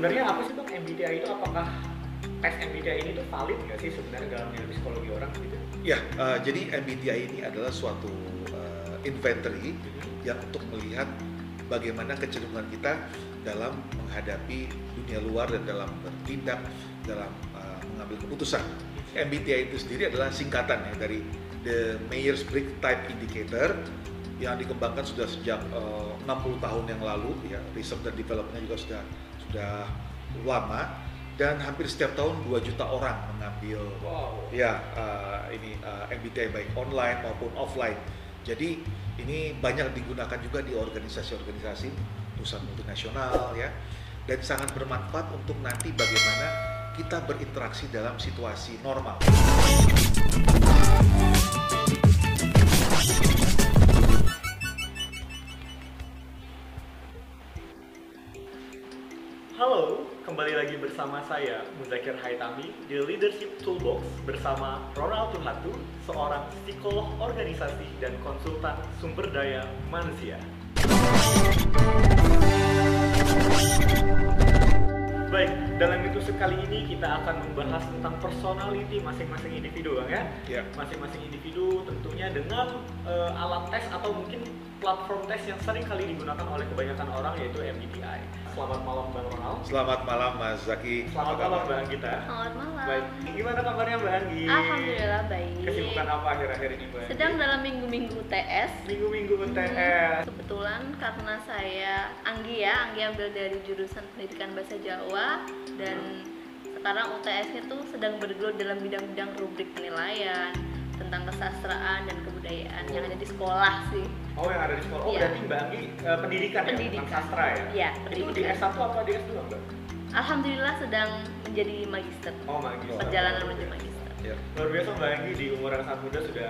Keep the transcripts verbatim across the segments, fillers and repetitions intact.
Sebenarnya apa sih Bang M B T I itu? Apakah tes M B T I ini tuh valid nggak sih sebenarnya dalam menilai psikologi orang gitu? Ya, uh, jadi M B T I ini adalah suatu uh, inventory Mm-hmm. yang untuk melihat bagaimana kecenderungan kita dalam menghadapi dunia luar dan dalam bertindak, dalam uh, mengambil keputusan. M B T I itu sendiri adalah singkatan ya dari The Myers-Briggs Type Indicator yang dikembangkan sudah sejak uh, enam puluh tahun yang lalu, ya, research dan development juga sudah sudah lama, dan hampir setiap tahun dua juta orang mengambil Wow. ya uh, ini uh, M B T I baik online maupun offline. Jadi ini banyak digunakan juga di organisasi-organisasi perusahaan multinasional ya, dan sangat bermanfaat untuk nanti bagaimana kita berinteraksi dalam situasi normal. Halo, kembali lagi bersama saya Muzakir Haitami di Leadership Toolbox bersama Ronald Tuhatu, seorang psikolog organisasi dan konsultan sumber daya manusia. Baik, dalam episode kali ini kita akan membahas tentang personality masing-masing individu, Bang ya. Ya. Masing-masing individu tentunya dengan uh, alat tes atau mungkin platform tes yang sering kali digunakan oleh kebanyakan orang, yaitu M B T I. Selamat malam Bang Ronald. Selamat malam Mas Zaki. Selamat malam Mbak Anggita. Selamat malam. Baik, gimana kabarnya Mbak Anggi? Alhamdulillah baik. Kesibukan apa akhir-akhir ini Mbak Anggi? Sedang dalam minggu-minggu U T S. Minggu-minggu U T S. Hmm, kebetulan karena saya Anggi ya, Anggi ambil dari jurusan pendidikan bahasa Jawa dan sekarang U T S-nya tuh sedang bergelut dalam bidang-bidang rubrik penilaian tentang kesastraan dan kebudayaan yang ada di sekolah sih. Oh, yang ada di sekolah. Oh, Iya. berarti Mbak Anggi uh, pendidikan, Pendidikan. ya, tentang sastra ya? Iya, Itu di pendidikan. S satu apa di S dua Mbak? Alhamdulillah sedang menjadi magister. Oh, magister. Perjalanan menuju magister. Ya. Luar biasa Mbak Anggi di umur yang sangat muda sudah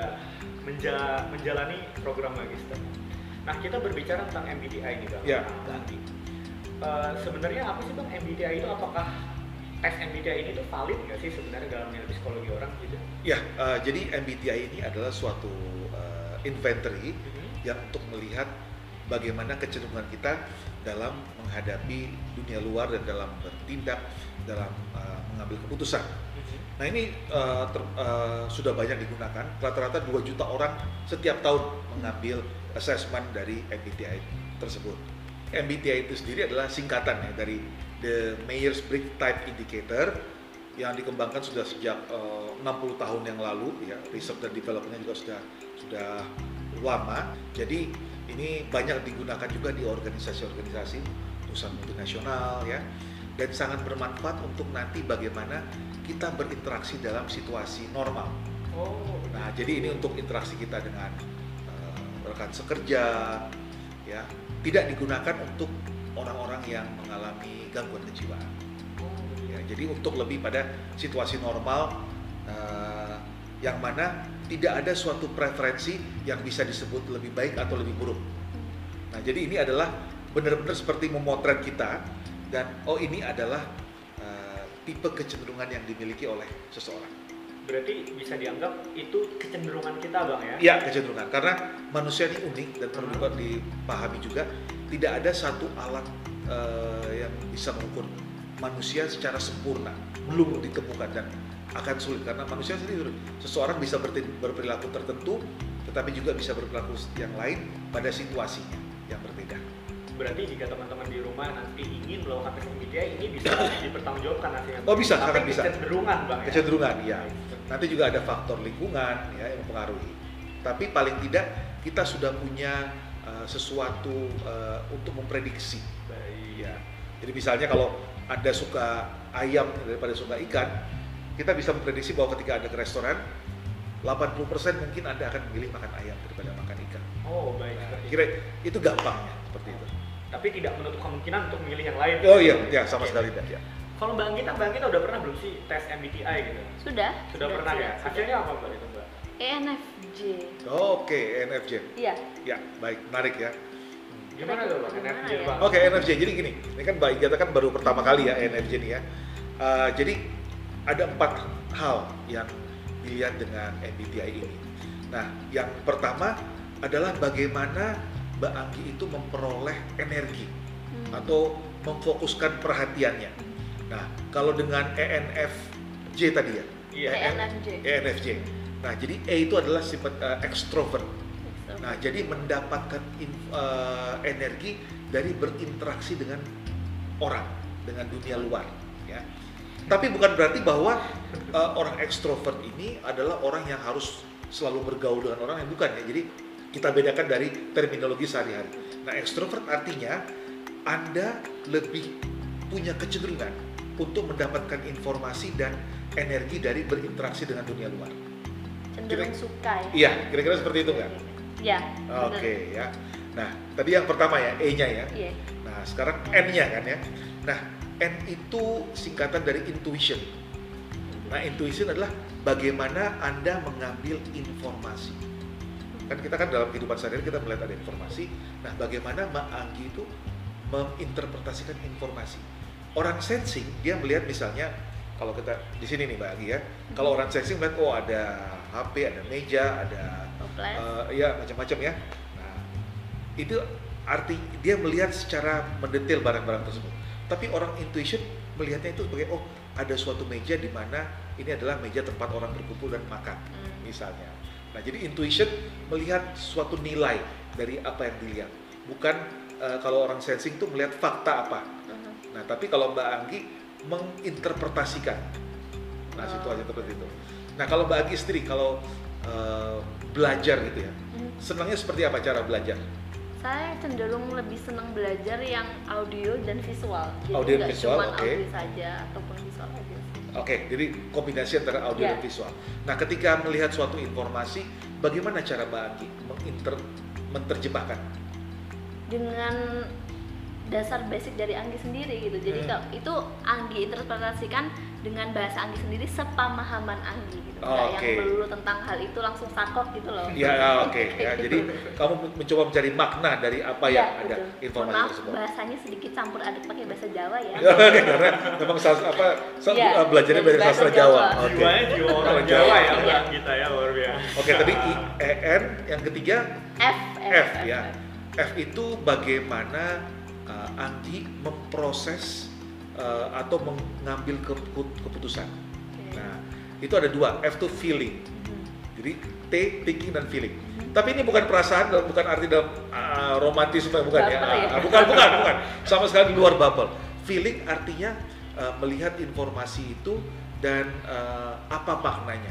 menja- menjalani program magister. Nah, kita berbicara tentang M B T I nih Bang. Ya. Nah, Mbak Anggi. Uh, sebenarnya apa sih Bang M B T I itu? Apakah tes M B T I ini tuh valid nggak sih sebenarnya dalam menilai psikologi orang gitu? Ya, uh, jadi M B T I ini adalah suatu uh, inventory Mm-hmm. yang untuk melihat bagaimana kecenderungan kita dalam menghadapi dunia luar dan dalam bertindak, dalam uh, mengambil keputusan. Nah ini uh, ter, uh, sudah banyak digunakan, rata-rata dua juta orang setiap tahun mengambil assessment dari M B T I tersebut. M B T I itu sendiri adalah singkatan ya dari The Myers-Briggs Type Indicator yang dikembangkan sudah sejak uh, enam puluh tahun yang lalu, ya, research dan development juga sudah sudah lama. Jadi ini banyak digunakan juga di organisasi-organisasi perusahaan multinasional ya, dan sangat bermanfaat untuk nanti bagaimana kita berinteraksi dalam situasi normal. Oh, Nah, jadi ini untuk interaksi kita dengan uh, rekan sekerja, ya, tidak digunakan untuk orang-orang yang mengalami gangguan kejiwaan. Ya, jadi untuk lebih pada situasi normal uh, yang mana tidak ada suatu preferensi yang bisa disebut lebih baik atau lebih buruk. Nah, jadi ini adalah benar-benar seperti memotret kita dan oh ini adalah uh, tipe kecenderungan yang dimiliki oleh seseorang. berarti bisa dianggap itu kecenderungan kita Bang ya? Iya, kecenderungan. Karena manusia ini unik dan perlu Hmm. juga dipahami juga, tidak ada satu alat uh, yang bisa mengukur manusia secara sempurna, belum ditemukan dan akan sulit karena manusia sendiri seseorang bisa bertin- berperilaku tertentu tetapi juga bisa berperilaku yang lain pada situasinya yang berbeda. Berarti jika teman-teman di rumah nanti ingin melakukan tes M B T I ini bisa dipertanggungjawabkan hasilnya. Oh, bisa, tapi sangat bisa. kecenderungan Bang ya? Kecenderungan, ya. Nanti juga ada faktor lingkungan ya yang mempengaruhi. Tapi paling tidak kita sudah punya uh, sesuatu uh, untuk memprediksi. Baik. Ya. Jadi misalnya kalau Anda suka ayam daripada suka ikan, kita bisa memprediksi bahwa ketika Anda ke restoran, delapan puluh persen mungkin Anda akan memilih makan ayam daripada makan ikan. Oh baik. Nah, seperti kira itu gampangnya seperti itu. Tapi tidak menutup kemungkinan untuk memilih yang lain. Oh iya, ya sama Oke. sekali tidak. Ya. Kalau Mbak Anggita, Mbak Anggita udah pernah belum sih tes M B T I gitu? Sudah? Sudah, pernah ya? sudah. Hasilnya apa Mbak itu Mbak? E N F J. Oke, E N F J. Iya. Ya, baik, menarik ya. Gimana tuh Bang? Gimana N F J ya? Bang? Oke, E N F J. Jadi gini, ini kan Mbak Igata kan baru pertama kali ya E N F J ini ya. Uh, jadi ada empat hal yang dilihat dengan M B T I ini. Nah, yang pertama adalah bagaimana Mbak Anggi itu memperoleh energi Hmm. atau memfokuskan perhatiannya. Nah, kalau dengan E N F J tadi ya, Iya. E N F J. E N F J. Nah, jadi E itu adalah sifat uh, extrovert. Nah, jadi mendapatkan in- uh, energi dari berinteraksi dengan orang, dengan dunia luar, ya. Tapi bukan berarti bahwa uh, orang ekstrovert ini adalah orang yang harus selalu bergaul dengan orang, yang bukan ya. Jadi kita bedakan dari terminologi sehari-hari. Nah, ekstrovert artinya Anda lebih punya kecenderungan untuk mendapatkan informasi dan energi dari berinteraksi dengan dunia luar. Cenderung Kira- suka ya. Iya, kira-kira seperti itu nggak? Ya. Oke ya. Nah, tadi yang pertama ya, E-nya ya. Iya. Nah, sekarang N-nya kan ya. Nah, N itu singkatan dari intuition. Nah, intuition adalah bagaimana Anda mengambil informasi. Kan kita kan dalam kehidupan sehari-hari kita melihat ada informasi. Nah, bagaimana Mbak Anggi itu menginterpretasikan informasi. Orang sensing, dia melihat misalnya, kalau kita di sini nih Mbak Anggi ya, kalau orang sensing melihat, oh ada H P, ada meja, ada Toples. uh, ya macam-macam ya. Nah, itu arti dia melihat secara mendetail barang-barang tersebut. Tapi orang intuition melihatnya itu sebagai, oh ada suatu meja di mana ini adalah meja tempat orang berkumpul dan makan, Hmm. misalnya. Nah, jadi intuition melihat suatu nilai dari apa yang dilihat. Bukan uh, kalau orang sensing itu melihat fakta apa. Mhm. Nah, tapi kalau Mbak Anggi menginterpretasikan. Nah, Oh. situasi seperti itu. Nah, kalau Mbak Anggi sendiri kalau uh, belajar gitu ya, Hmm. senangnya seperti apa cara belajar? Saya cenderung lebih senang belajar yang audio dan visual. Jadi Audio dan nggak visual, cuma oke. audio saja ataupun visual aja sih. Oke, jadi kombinasi antara audio Ya. dan visual. Nah, ketika melihat suatu informasi, bagaimana cara Mbak Anggi menginter, menterjemahkan? Dengan dasar basic dari Anggi sendiri gitu. Jadi Hmm. kalau itu Anggi interpretasikan dengan bahasa Anggi sendiri sepamahaman Anggi gitu. Nggak Oke. yang melulu tentang hal itu langsung saklek gitu loh. Ya, oke. Ya, Kayak gitu. jadi kamu mencoba mencari makna dari apa Ya, yang ada betul. informasi Maaf, tersebut. bahasanya sedikit campur aduk pakai bahasa Jawa ya. Karena memang sas- apa sa- Iya, uh, belajarnya dari dari bahasa sastra Jawa. Jawa. Oke. Jiwanya jiwa orang Orang Jawa Jawa. ya, Iya. Mbak kita ya, luar biasa. Oke, tadi I, E, N, yang ketiga F, F ya. F itu bagaimana uh, Anggi memproses uh, atau mengambil kepu- keputusan. Oke. Nah, itu ada dua. F itu feeling. Mhm. Jadi T, thinking dan feeling. Tapi ini bukan perasaan, bukan arti dalam uh, romantisme, bukan ya. Baper ya? Ah, bukan, bukan, bukan. Sama sekali di luar bubble. Feeling artinya uh, melihat informasi itu dan uh, apa maknanya.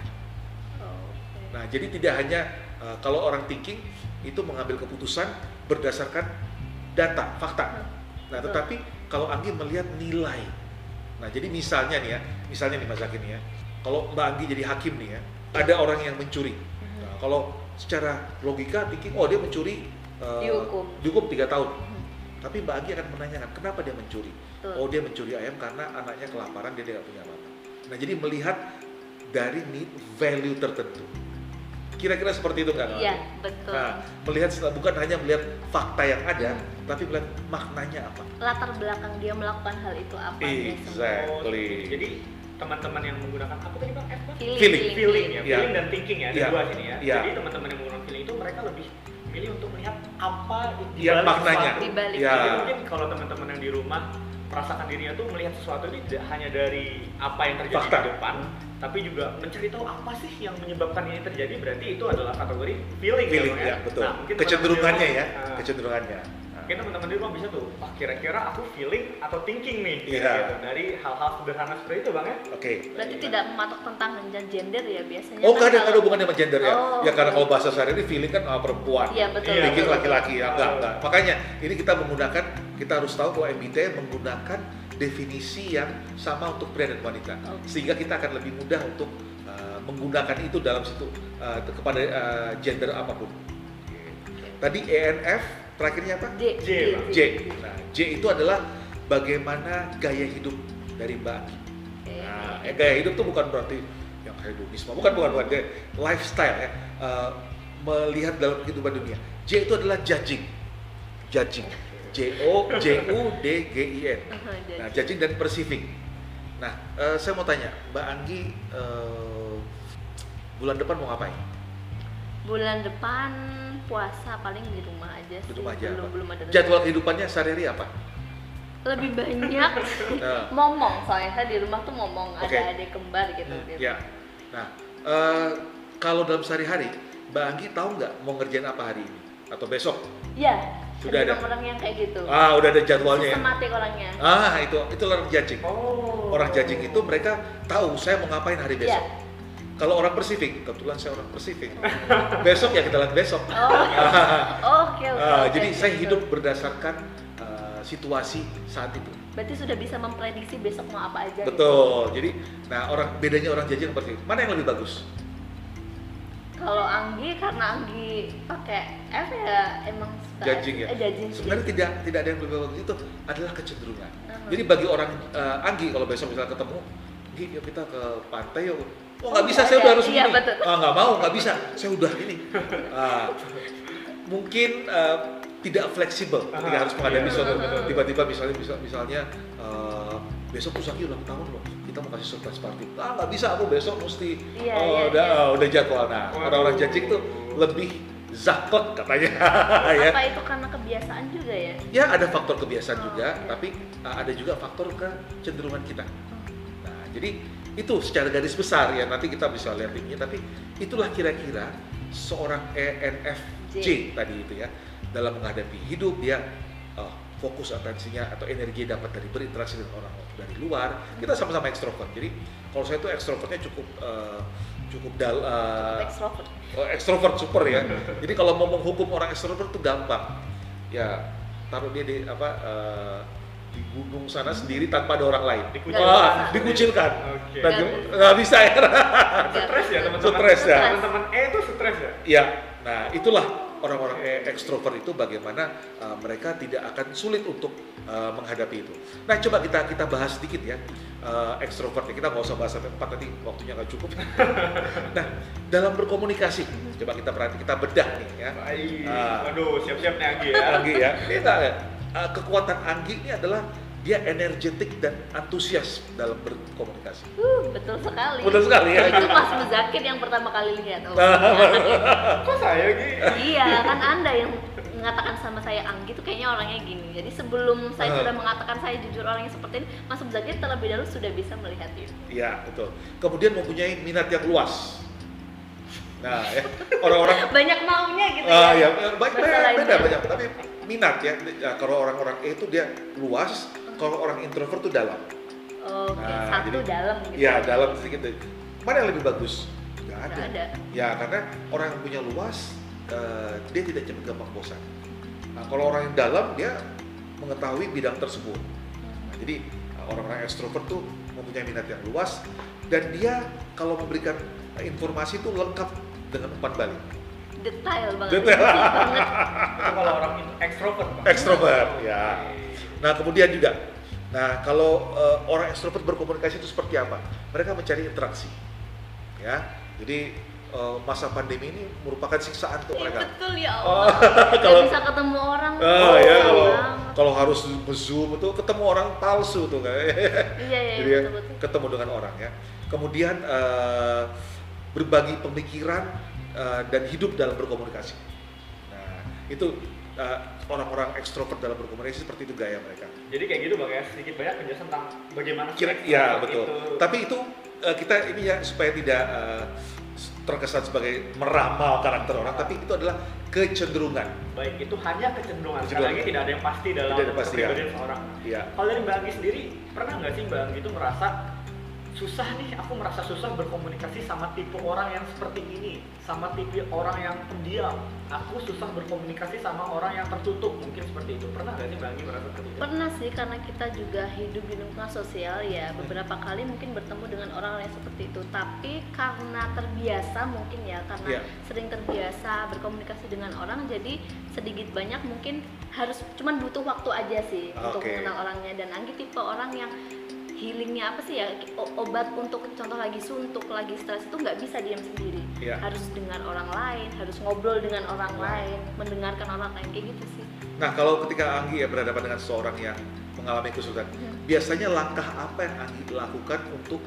Oh, oke. Nah, jadi tidak hanya uh, kalau orang thinking itu mengambil keputusan berdasarkan data, fakta. Nah, Betul. tetapi kalau Anggi melihat nilai. Nah, jadi misalnya nih ya, misalnya nih Mas Zaki nih ya, kalau Mbak Anggi jadi hakim nih ya, ada orang yang mencuri. Mhm. Nah, kalau secara logika thinking, oh dia mencuri, uh, Dihukum. dihukum tiga tahun. Mhm. Tapi Mbak Anggi akan menanyakan, kenapa dia mencuri? Betul. Oh, dia mencuri ayam karena anaknya kelaparan, dia tidak punya mata. Nah, jadi melihat dari need value tertentu. Kira-kira seperti itu nggak? Iya, betul. Nah, melihat bukan hanya melihat fakta yang ada, Hmm. tapi melihat maknanya apa. Latar belakang dia melakukan hal itu apa dia semua. Exactly. Oh, jadi teman-teman yang menggunakan apa tadi Bang? F Bang? Feeling, Feeling. Feeling ya, Iya. feeling dan thinking ya, ada Iya. dua sini ya. Iya. Jadi teman-teman yang menggunakan feeling itu mereka lebih milih untuk melihat apa di Iya, balik maknanya. sesuatu. Di balik. Iya. Jadi mungkin kalau teman-teman yang di rumah merasakan dirinya tuh melihat sesuatu ini tidak hanya dari apa yang terjadi Fakta. di depan, tapi juga mencari tahu apa sih yang menyebabkan ini terjadi. Berarti itu adalah kategori feeling, Feeling, Bang, ya, betul. Nah, mungkin Kecenderungannya teman-teman ya, di rumah, nah, kecenderungannya. Nah, mungkin teman-teman di rumah bisa tuh, ah kira-kira aku feeling atau thinking nih, Iya. gitu. Dari hal-hal sederhana seperti itu Bang ya. Oke. Berarti tidak mematok tentang gender ya biasanya. Oh, kan nggak ada, nggak ada kalau- hubungannya sama gender ya? Oh, Ya karena oke. kalau bahasa sehari ini feeling kan ah, perempuan. Iya, betul. Iya, Thinking betul. laki-laki ya, enggak, Betul. enggak. Makanya ini kita menggunakan, kita harus tahu bahwa M B T I menggunakan definisi yang sama untuk pria dan wanita, Oke. sehingga kita akan lebih mudah untuk uh, menggunakan itu dalam situ uh, kepada uh, gender apapun. Tadi E N F, terakhirnya apa? J. J, Bang. J. Nah, J itu adalah bagaimana gaya hidup dari Mbak Anggi. Oke. Nah, eh, gaya hidup itu bukan berarti yang hedonisme, bukan, bukan, bukan. Dia lifestyle ya, uh, melihat dalam kehidupan dunia. J itu adalah judging, judging, J O J U D G I N. Aha, jadi. Nah, judging dan perceiving. Nah, uh, saya mau tanya, Mbak Anggi uh, bulan depan mau ngapain? Bulan depan puasa paling di rumah aja sih. Di rumah aja. Belum apa? belum ada. Jadwal kehidupannya sehari-hari apa? Lebih banyak Nah, momong, soalnya saya di rumah tuh momong, Oke. ada adik kembar gitu. hmm, gitu. ya. Nah, eh, kalau dalam sehari-hari, Mbak Anggi tahu nggak mau ngerjain apa hari ini atau besok? Iya, Sudah ada ada? orang yang kayak gitu. Ah, udah ada jadwalnya ya. Sistematik orangnya. Ah, itu itu orang judging. Oh. Orang judging itu mereka tahu saya mau ngapain hari besok. Iya. Kalau orang Pasifik, kebetulan saya orang Pasifik. Besok ya kita lihat besok. Oh, oke oke. Ah, oke, jadi oke, saya gitu. hidup berdasarkan uh, situasi saat itu. Berarti sudah bisa memprediksi besok mau apa aja. Gitu. Betul. Jadi, nah orang bedanya orang judging seperti itu. Mana yang lebih bagus? Kalau Anggi, karena Anggi pakai F ya emang suka Judging ya. Eh, judging sih. Sebenarnya tidak tidak ada yang lebih bagus, itu adalah kecenderungan. Uh-huh. Jadi bagi orang uh, Anggi kalau besok misalnya ketemu, Anggi yuk kita ke pantai yuk. Oh nggak Oh, bisa, nggak saya ada. udah harus Iya, begini. betul. Ah nggak mau, nggak bisa, saya udah ini. Ah, mungkin uh, tidak fleksibel ketika Aha, harus menghadapi iya, suatu betul, betul. tiba-tiba misalnya bisa misalnya uh, besok tuh Saki ulang tahun loh, kita mau kasih surprise party. Ah nggak bisa, aku besok mesti Iya, oh, iya, udah iya. ah, udah jadwal. Nah Waduh. orang-orang judging tuh lebih zakot katanya. ya. Apa itu karena kebiasaan juga ya? Ya ada faktor kebiasaan Oh, juga, iya. tapi uh, ada juga faktor kecenderungan kita. Nah, jadi itu secara garis besar ya, nanti kita bisa lihat ini, tapi itulah kira-kira seorang E N F J tadi itu ya, dalam menghadapi hidup dia uh, fokus atensinya atau energi dapat dari berinteraksi dengan orang dari luar. Kita sama-sama ekstrovert. Jadi kalau saya itu ekstrovertnya cukup uh, cukup dal uh, Extrovert. Oh, ekstrovert super ya. Jadi kalau mau menghukum orang ekstrovert itu gampang. Ya, taruh dia di apa uh, di gunung sana sendiri tanpa ada orang lain. Dikucilkan. Wah, dikucilkan. Oke. Nah, Nggak gim- nggak bisa ya. Stres ya teman-teman. Stres ya. Teman-teman E itu stres ya. Ya, nah itulah orang-orang e- ekstrovert itu bagaimana uh, mereka tidak akan sulit untuk uh, menghadapi itu. Nah, coba kita kita bahas sedikit ya uh, ekstrovert. Kita nggak usah bahas sampai empat tadi, waktunya nggak cukup. Nah, dalam berkomunikasi, coba kita perhati, kita bedah nih ya. Baik. Ah. Waduh, siap-siap nih Anggi ya. Anggi ya, ini enggak ya. Uh, kekuatan Anggi ini adalah dia energetik dan antusias dalam berkomunikasi. Uh, betul sekali. Betul sekali ya. Itu Mas Muzakir yang pertama kali lihat. Oh, Kok saya Gi? iya, kan Anda yang mengatakan sama saya Anggi tuh kayaknya orangnya gini. Jadi sebelum saya Uh. sudah mengatakan saya jujur orangnya seperti ini, Mas Muzakir terlebih dahulu sudah bisa melihat itu. Iya, betul. Kemudian mempunyai minat yang luas. Nah, ya, orang-orang Banyak maunya gitu ah ya. ya, baik Bahasa beda, lainnya. beda banyak, tapi minat ya. Ya, kalau orang-orang E itu dia luas, kalau orang introvert tuh dalam. Oke, Nah, satu jadi- dalam gitu. Iya, dalam sedikit. Mana yang lebih bagus? Nggak ada. Nggak ada. Ya, karena orang yang punya luas, eh, dia tidak cepat gampang bosan. Nah, kalau orang yang dalam, dia mengetahui bidang tersebut. Nah, jadi eh, orang-orang ekstrovert tuh mempunyai minat yang luas, dan dia kalau memberikan eh, informasi itu lengkap dengan umpan balik. Detail banget. Detail. Detail banget. Itu kalau orang itu ekstrovert, Pak. Ekstrovert, Oke. ya. Nah, kemudian juga, nah kalau eh, orang ekstrovert berkomunikasi itu seperti apa? Mereka mencari interaksi, ya. Jadi eh, masa pandemi ini merupakan siksaan untuk Ih, mereka. betul ya Oh, Allah. Nggak kalau- bisa ketemu orang. Ah, tuh, ya susah kalau banget. kalau harus zoom itu ketemu orang palsu tuh kan. Iya, iya, Jadi ya, betul betul. ketemu dengan orang ya. Kemudian eh, berbagi pemikiran eh, dan hidup dalam berkomunikasi. Nah, itu eh, orang-orang ekstrovert dalam berkomunikasi seperti itu gaya mereka. Jadi kayak gitu Bang ya, sedikit banyak penjelasan tentang bagaimana si Kira, ekstrovert ya betul. itu. Tapi itu eh, kita ini ya supaya tidak eh, terkesan sebagai meramal karakter orang, tapi itu adalah kecenderungan. Baik, itu hanya kecenderungan. Sekali Kecenderungan. lagi tidak ada yang pasti dalam Tidak ada yang pasti, ya. kepribadian seorang. Ya. Kalau dari Mbak Anggi sendiri, pernah nggak sih Mbak Anggi itu merasa susah nih, aku merasa susah berkomunikasi sama tipe orang yang seperti ini, sama tipe orang yang pendiam. Aku susah berkomunikasi sama orang yang tertutup, mungkin seperti itu. Pernah nggak sih Mbak Anggi merasa seperti itu? Pernah sih, karena kita juga hidup di lingkungan sosial ya, beberapa kali mungkin bertemu dengan orang yang seperti itu, tapi karena terbiasa mungkin ya, karena Iya. sering terbiasa berkomunikasi dengan orang, jadi sedikit banyak mungkin harus cuman butuh waktu aja sih untuk Oke. mengenal orangnya. Dan Anggi tipe orang yang healingnya apa sih ya, o- obat untuk contoh lagi suntuk, lagi stres itu nggak bisa diam sendiri, Iya. harus dengan orang lain, harus ngobrol dengan orang lain, mendengarkan orang lain, kayak gitu sih. Nah, kalau ketika Anggi ya berhadapan dengan seseorang yang mengalami kesulitan, Hmm. biasanya langkah apa yang Anggi lakukan untuk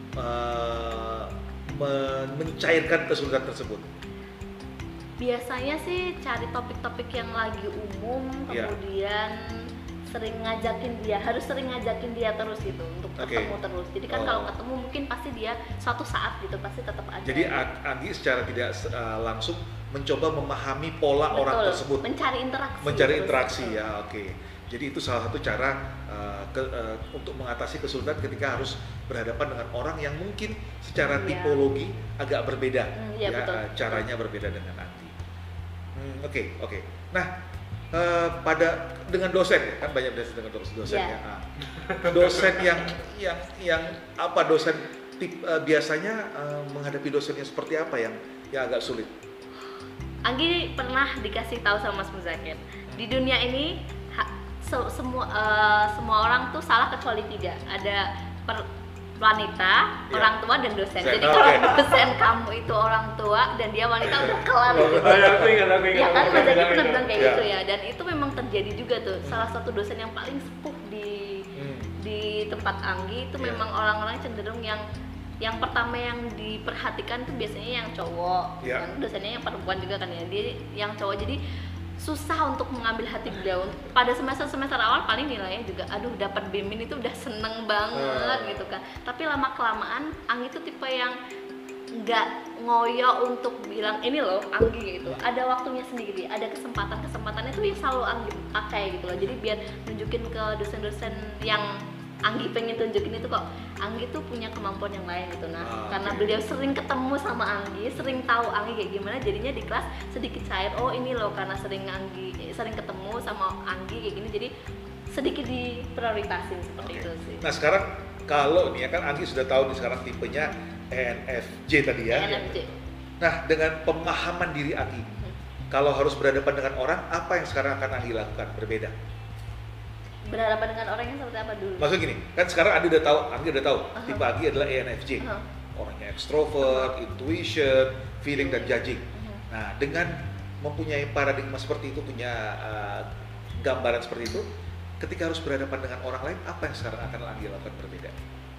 uh, men- mencairkan kesulitan tersebut? Biasanya sih cari topik-topik yang lagi umum, Iya. kemudian sering ngajakin dia, harus sering ngajakin dia terus gitu untuk Oke. ketemu terus. Jadi kan Oh. kalau ketemu mungkin pasti dia suatu saat gitu pasti tetap ada. Jadi A- Anggi secara tidak uh, langsung mencoba memahami pola Betul, orang tersebut, mencari interaksi. mencari terus. interaksi Betul. ya, oke. Jadi itu salah satu cara uh, ke, uh, untuk mengatasi kesulitan ketika harus berhadapan dengan orang yang mungkin secara Iya. tipologi agak berbeda, Hmm, iya, ya betul. uh, caranya berbeda dengan Anggi. Hmm, Oke, oke. Nah, uh, pada dengan dosen ya, kan banyak dosen dengan dosen, dosen Iya. ya. Nah, dosen yang yang yang apa dosen tip, uh, biasanya uh, menghadapi dosen yang seperti apa yang yang agak sulit? Anggi pernah dikasih tahu sama Mas Muzakir, di dunia ini ha- se- semua eh, semua orang tuh salah kecuali tiga. Ada per- wanita, Iya. orang tua dan dosen. Dosen, Jadi oke. kalau dosen kamu itu orang tua dan dia wanita udah kelar gitu. Oh ya, aku ingat, aku ingat. Ya kan aku Mas Zaki ingat, pernah ingat. bilang kayak Iya. gitu ya, dan itu memang terjadi juga tuh. Salah satu dosen yang paling sepuh di Hmm. di tempat Anggi itu Iya. memang orang-orang cenderung yang yang pertama yang diperhatikan tuh biasanya yang cowok, Iya. kan dosennya yang perempuan juga kan ya, dia yang cowok. Jadi susah untuk mengambil hati beliau. Pada semester-semester awal paling nilainya juga aduh dapat B min itu udah seneng banget Hmm. gitu kan. Tapi lama kelamaan Anggi itu tipe yang nggak ngoyo untuk bilang ini loh Anggi gitu. Ada waktunya sendiri, ada kesempatan-kesempatannya itu yang selalu Anggi pakai gitu loh. Jadi biar nunjukin ke dosen-dosen yang Anggi pengen tunjukin itu kok Anggi tuh punya kemampuan yang lain gitu. Nah, Ah, karena oke. beliau sering ketemu sama Anggi, sering tahu Anggi kayak gimana, jadinya di kelas sedikit cair. Oh ini loh karena sering Anggi, sering ketemu sama Anggi kayak gini, jadi sedikit diprioritasin seperti Oke. itu sih. Nah sekarang kalau nih ya kan Anggi sudah tahu nih sekarang tipenya E N F J tadi ya. E N F J. Nah dengan pemahaman diri Anggi, kalau harus berhadapan dengan orang, apa yang sekarang akan Anggi lakukan berbeda? Berhadapan dengan orang yang seperti apa dulu? Maksudnya gini, kan sekarang Anggi udah tahu, Anggi udah tahu Uh-huh. tipe Anggi adalah E N F J. Uh-huh. Orangnya extrovert, intuition, feeling dan judging. Uh-huh. Nah dengan mempunyai paradigma seperti itu, punya uh, gambaran seperti itu, ketika harus berhadapan dengan orang lain, apa yang sekarang akan Anggi lakukan berbeda?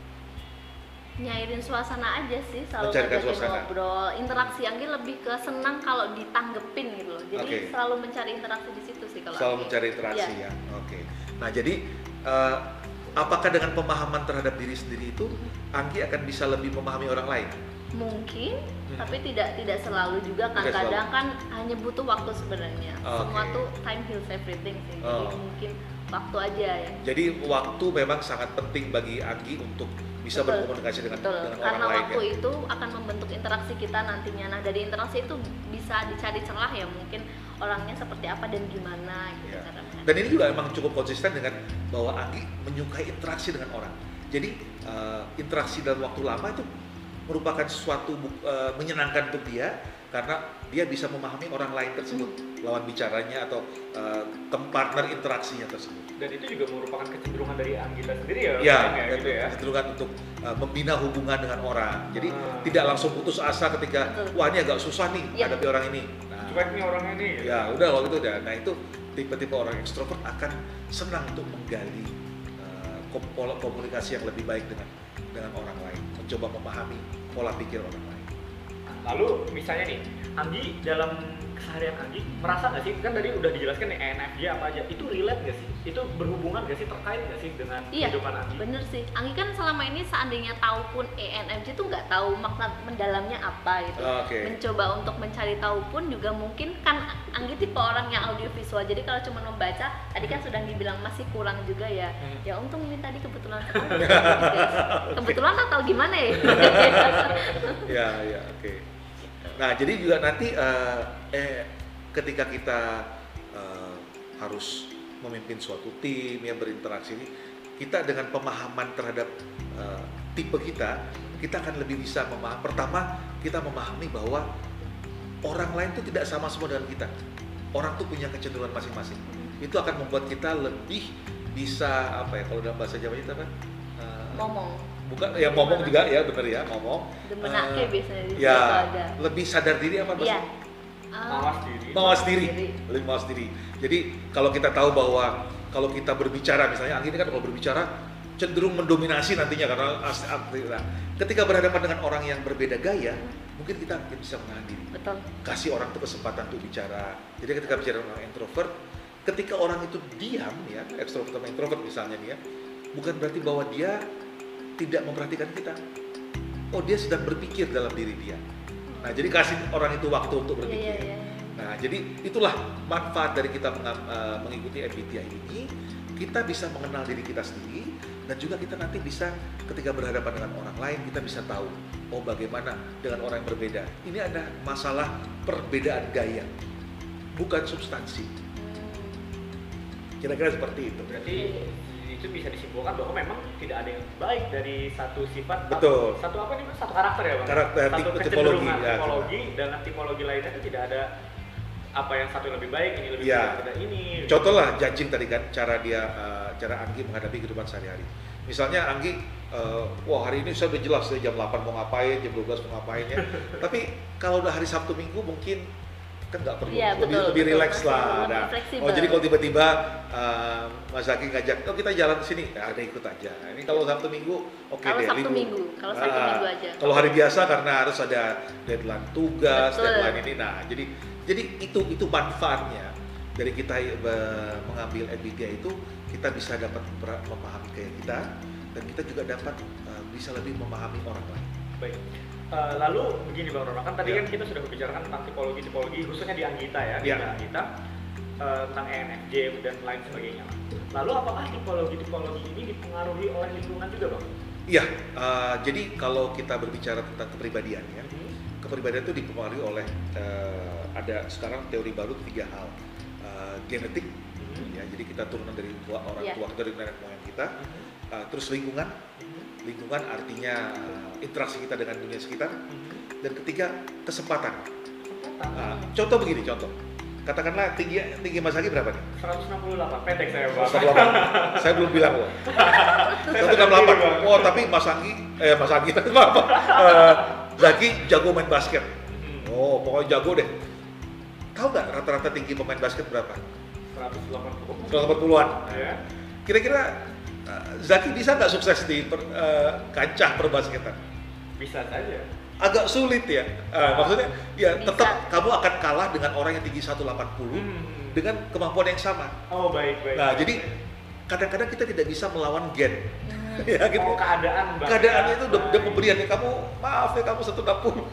Nyairin suasana aja sih, selalu Mencairkan ngajakin suasana. ngobrol. Interaksi Anggi lebih ke senang kalau ditanggepin gitu loh. Jadi Oke. selalu mencari interaksi di situ sih kalau Selalu Anggi. mencari interaksi Iya. ya. Oke. Nah jadi uh, apakah dengan pemahaman terhadap diri sendiri itu Anggi akan bisa lebih memahami orang lain? Mungkin, Hmm. tapi tidak tidak selalu juga kan. Tidak Kadang kan hanya butuh waktu sebenarnya. Oke. Semua tuh time heals everything sih. Jadi Oh. mungkin waktu aja ya. Jadi waktu memang sangat penting bagi Anggi untuk bisa Betul. berkomunikasi dengan, Betul, dengan karena orang lain waktu ya. itu akan membentuk interaksi kita nantinya. Nah dari interaksi itu bisa dicari celah ya, mungkin orangnya seperti apa dan gimana gitu Ya. caranya. Dan ini juga memang cukup konsisten dengan bahwa Anggi menyukai interaksi dengan orang. Jadi uh, interaksi dalam waktu lama itu merupakan sesuatu bu- uh, menyenangkan untuk dia karena dia bisa memahami orang lain tersebut, lawan bicaranya atau uh, tem- partner interaksinya tersebut. Dan itu juga merupakan kecenderungan dari Anggita sendiri ya, Ya, Bang, dan gitu ya. kecenderungan untuk uh, membina hubungan dengan orang. Jadi Ah. tidak langsung putus asa ketika Betul. wah ini agak susah nih Ya. hadapi orang ini. Nah, Cuek nih orangnya nih. ya udah kalau gitu udah. Nah itu tipe-tipe orang ekstrovert akan senang untuk menggali uh, kom- pola komunikasi yang lebih baik dengan dengan orang lain, mencoba memahami pola pikir orang lain. Lalu misalnya nih, Anggi dalam keseharian Anggi merasa nggak sih, kan tadi udah dijelaskan nih E N F J apa aja, itu relate nggak sih? Itu berhubungan nggak sih, terkait nggak sih dengan Iya, kehidupan Anggi? bener sih. Anggi kan selama ini seandainya tahu pun E N F J tuh nggak tahu makna mendalamnya apa gitu. Oke. Mencoba untuk mencari tahu pun juga mungkin kan Anggi tipe orang yang audiovisual. Jadi kalau cuma membaca, tadi kan sudah dibilang masih kurang juga ya. Hmm. Ya untung ini tadi kebetulan sekali. guys. Kebetulan atau gimana ya? Ya, ya, oke. Nah, jadi juga nanti eh, eh ketika kita eh, harus memimpin suatu tim ya berinteraksi ini, kita dengan pemahaman terhadap eh, tipe kita, kita akan lebih bisa memahami. Pertama, kita memahami bahwa orang lain itu tidak sama semua dengan kita. Orang tuh punya kecenderungan masing-masing. Itu akan membuat kita lebih bisa apa ya, kalau dalam bahasa Jawa itu apa? Eh, Ngomong. bukan ya ngomong juga ya, bener ya, ngomong. Demenake Eh, biasanya di situ ya ada. lebih sadar diri apa Iya. maksudnya? Ah, Mawas diri. Mawas diri, diri. lebih mawas diri. Jadi kalau kita tahu bahwa kalau kita berbicara, misalnya Anggi ini kan kalau berbicara cenderung mendominasi nantinya karena as- aktif. Nah, ketika berhadapan dengan orang yang berbeda gaya, mungkin kita mungkin bisa menahan diri. Betul. Kasih orang tuh kesempatan untuk bicara. Jadi ketika bicara dengan orang introvert, ketika orang itu diam ya, ekstrovert sama introvert misalnya nih ya, bukan berarti bahwa dia tidak memperhatikan kita. Oh, dia sedang berpikir dalam diri dia. Nah, jadi kasih orang itu waktu untuk berpikir. Iya, iya, iya. Nah, jadi itulah manfaat dari kita mengam- uh, mengikuti M B T I ini. Kita bisa mengenal diri kita sendiri, dan juga kita nanti bisa ketika berhadapan dengan orang lain, kita bisa tahu, oh bagaimana dengan orang yang berbeda. Ini ada masalah perbedaan gaya, bukan substansi. Kira-kira seperti itu. Berarti itu bisa disimpulkan bahwa memang tidak ada yang baik dari satu sifat. Betul. Satu apa nih Mas? Satu karakter ya Bang? Karakter, satu tip- kecenderungan tipologi, ya. tipologi, dan tipologi lainnya itu tidak ada apa yang satu yang lebih baik, ini lebih Ya. baik daripada ini. Contoh lah judging tadi kan, cara dia, uh, cara Anggi menghadapi kehidupan sehari-hari. Misalnya Anggi, uh, wah hari ini saya udah jelas dari jam delapan mau ngapain, jam dua belas mau ngapain ya. Tapi kalau udah hari Sabtu Minggu mungkin kan nggak perlu, Iya, lebih, betul, lebih betul. relax Masih lah. lebih Nah, fleksibel. oh jadi kalau tiba-tiba uh, Mas Zaki ngajak, oh kita jalan ke sini, nah, ada ikut aja. Ini kalau Sabtu Minggu, oke Kalau deh. Sabtu libur. Minggu, kalau Sabtu Ah, Minggu aja. Kalau hari biasa karena harus ada deadline tugas, Betul. deadline ini, nah jadi jadi itu itu manfaatnya dari kita uh, mengambil M B T I itu, kita bisa dapat memper- memahami kayak kita, dan kita juga dapat uh, bisa lebih memahami orang lain. Baik. Uh, lalu begini Bang Ronald, kan tadi Ya. kan kita sudah membicarakan tentang tipologi-tipologi khususnya di Anggita ya, di Ya. Anggita uh, tentang E N F J dan lain sebagainya. Lalu apakah tipologi-tipologi ini dipengaruhi oleh lingkungan juga Bang? Iya, uh, jadi kalau kita berbicara tentang kepribadian ya, Hmm. kepribadian itu dipengaruhi oleh uh, ada sekarang teori baru tiga hal. Uh, genetik, Hmm. ya, jadi kita turunan dari tua, orang Iya. tua, dari nenek moyang kita. Hmm. Uh, terus lingkungan, Hmm. lingkungan artinya uh, interaksi kita dengan dunia sekitar. Hmm. Dan ketiga, kesempatan. Kesempatan. Uh, contoh begini, contoh. Katakanlah tinggi tinggi Mas Agi berapa nih? seratus enam puluh delapan, pendek saya Bang. seratus enam puluh delapan. Saya belum bilang loh. seratus enam puluh delapan. Oh, tapi Mas Anggi, eh Mas Anggi, maaf. Uh, Zaki jago main basket. Hmm. Oh, pokoknya jago deh. Tahu nggak rata-rata tinggi pemain basket berapa? seratus delapan puluh. seratus delapan puluhan. Ya. Kira-kira uh, Zaki bisa nggak sukses di per, uh, kancah perbasketan? Bisa saja. Agak sulit ya. Uh, maksudnya ya Bisa. tetap kamu akan kalah dengan orang yang tinggi seratus delapan puluh Hmm. dengan kemampuan yang sama. Oh baik baik. Nah, baik. jadi kadang-kadang kita tidak bisa melawan gen. Hmm. Ya gitu. Oh, keadaan Bang. Keadaannya itu udah, udah Baik. pemberian ya, kamu maaf ya kamu seratus enam puluh.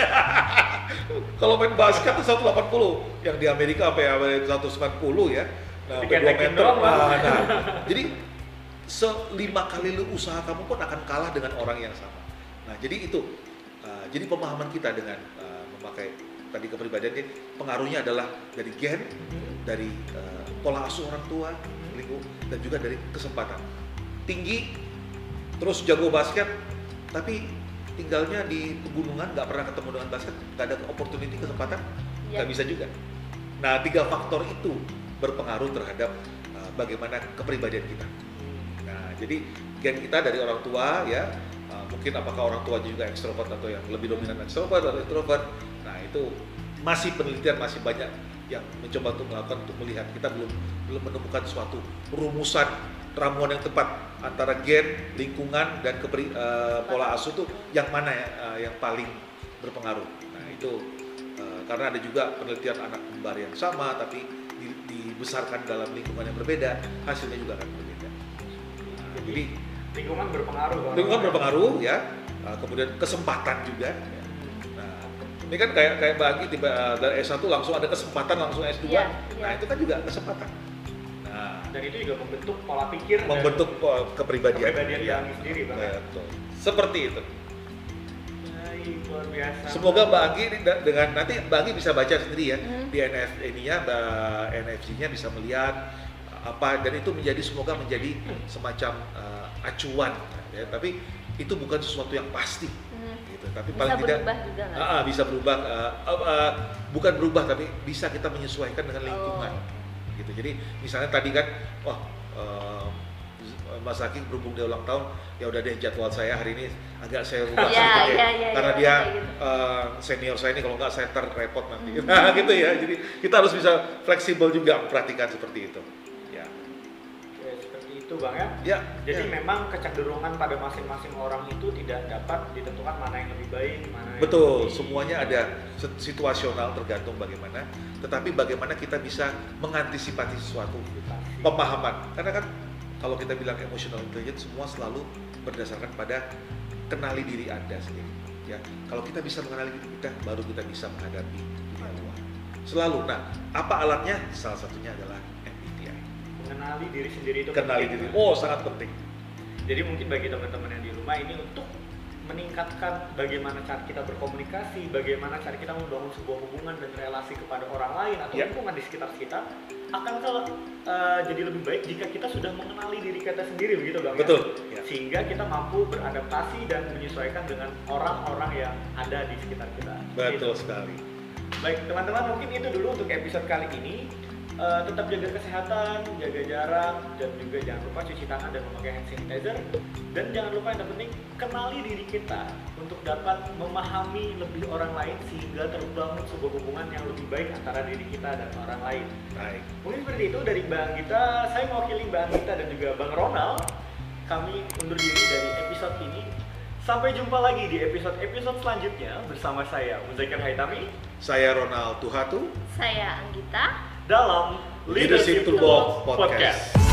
Kalau main basket tuh seratus delapan puluh, yang di Amerika apa ya seratus sembilan puluh ya. Nah, Tapi sampai dua ketekin meter. doang, Bang. Nah, nah, jadi selima kali lu usaha kamu pun akan kalah dengan orang yang sama. Nah, jadi itu. Uh, jadi pemahaman kita dengan uh, memakai tadi kepribadian ini, pengaruhnya adalah dari gen, Hmm. dari uh, pola asuh orang tua, lingkup, dan juga dari kesempatan. Tinggi, terus jago basket, tapi tinggalnya di pegunungan, nggak pernah ketemu dengan basket, nggak ada opportunity, kesempatan, Ya. nggak bisa juga. Nah, tiga faktor itu berpengaruh terhadap uh, bagaimana kepribadian kita. Nah, jadi gen kita dari orang tua ya, uh, mungkin apakah orang tua juga ekstrovert atau yang lebih dominan ekstrovert atau introvert. Nah, itu masih penelitian, masih banyak yang mencoba untuk melakukan, untuk melihat. Kita belum belum menemukan suatu rumusan ramuan yang tepat antara gen, lingkungan, dan kepri, uh, pola asuh tuh yang mana ya, uh, yang paling berpengaruh. Nah, itu uh, karena ada juga penelitian anak kembar yang sama tapi di- dibesarkan dalam lingkungan yang berbeda, hasilnya juga akan berbeda. Nah, jadi Lingkungan berpengaruh Bang. lingkungan berpengaruh ya, uh, kemudian kesempatan juga. Nah, ini kan kayak kayak bagi tiba uh, dari S satu langsung ada kesempatan langsung S dua. Iya, Nah, iya. itu kan juga kesempatan. Nah, Dan itu juga membentuk pola pikir dan membentuk uh, kepribadian. kepribadian Ya, kami sendiri Bang. betul. Seperti itu. Baik, luar biasa. Semoga Mbak Anggi ini da- dengan nanti Mbak Anggi bisa baca sendiri ya Hmm. di N F ini-nya, N F C-nya bisa melihat apa, dan itu menjadi semoga menjadi semacam uh, acuan ya, tapi itu bukan sesuatu yang pasti Hmm. gitu, tapi Bisa paling tidak berubah juga nggak? ah, ah, bisa berubah, uh, uh, uh, bukan berubah tapi bisa kita menyesuaikan dengan lingkungan Oh. gitu. Jadi misalnya tadi kan, wah uh, Mas Aki berhubung dia ulang tahun, ya udah deh jadwal saya hari ini agak saya rubah Iya, sedikit ya, iya, iya, karena iya, dia kayak gitu. uh, senior saya ini, kalau nggak saya terrepot nanti. Hmm. Nah, gitu ya. Jadi kita harus bisa fleksibel juga memperhatikan seperti itu. Ya. Oke, seperti itu Bang ya. Ya. Jadi ya. memang kecenderungan pada masing-masing orang itu tidak dapat ditentukan mana yang lebih baik, mana yang Betul, lebih... semuanya ada situasional tergantung bagaimana. Tetapi bagaimana kita bisa mengantisipasi sesuatu pemahaman. Karena kan kalau kita bilang emotional intelligence semua selalu berdasarkan pada kenali diri Anda sendiri. Ya, kalau kita bisa mengenali diri kita, baru kita bisa menghadapi dunia luar. Selalu. Nah, apa alatnya? Salah satunya adalah M B T I. Mengenali diri sendiri itu Kenali penting. diri. Oh, sangat penting. Jadi mungkin bagi teman-teman yang di rumah ini untuk meningkatkan bagaimana cara kita berkomunikasi, bagaimana cara kita membangun sebuah hubungan dan relasi kepada orang lain atau Ya. lingkungan di sekitar kita, akan uh, jadi lebih baik jika kita sudah mengenali diri kita sendiri, begitu Bang? Betul. Ya? Ya. Sehingga kita mampu beradaptasi dan menyesuaikan dengan orang-orang yang ada di sekitar kita. Betul Gitu. sekali. Baik teman-teman, mungkin itu dulu untuk episode kali ini. Uh, tetap jaga kesehatan, jaga jarak, dan juga jangan lupa cuci tangan dan memakai hand sanitizer. Dan jangan lupa yang terpenting, kenali diri kita untuk dapat memahami lebih orang lain sehingga terbangun sebuah hubungan yang lebih baik antara diri kita dan orang lain. Baik. Mungkin seperti itu dari Mbak Anggita. Saya mewakili Mbak Anggita dan juga Bang Ronald. Kami undur diri dari episode ini. Sampai jumpa lagi di episode-episode selanjutnya bersama saya, Muzakir Haitami. Saya Ronald Tuhatu. Saya Anggita. Dalam Leadership Leadership Toolbox Toolbox Podcast. Podcast.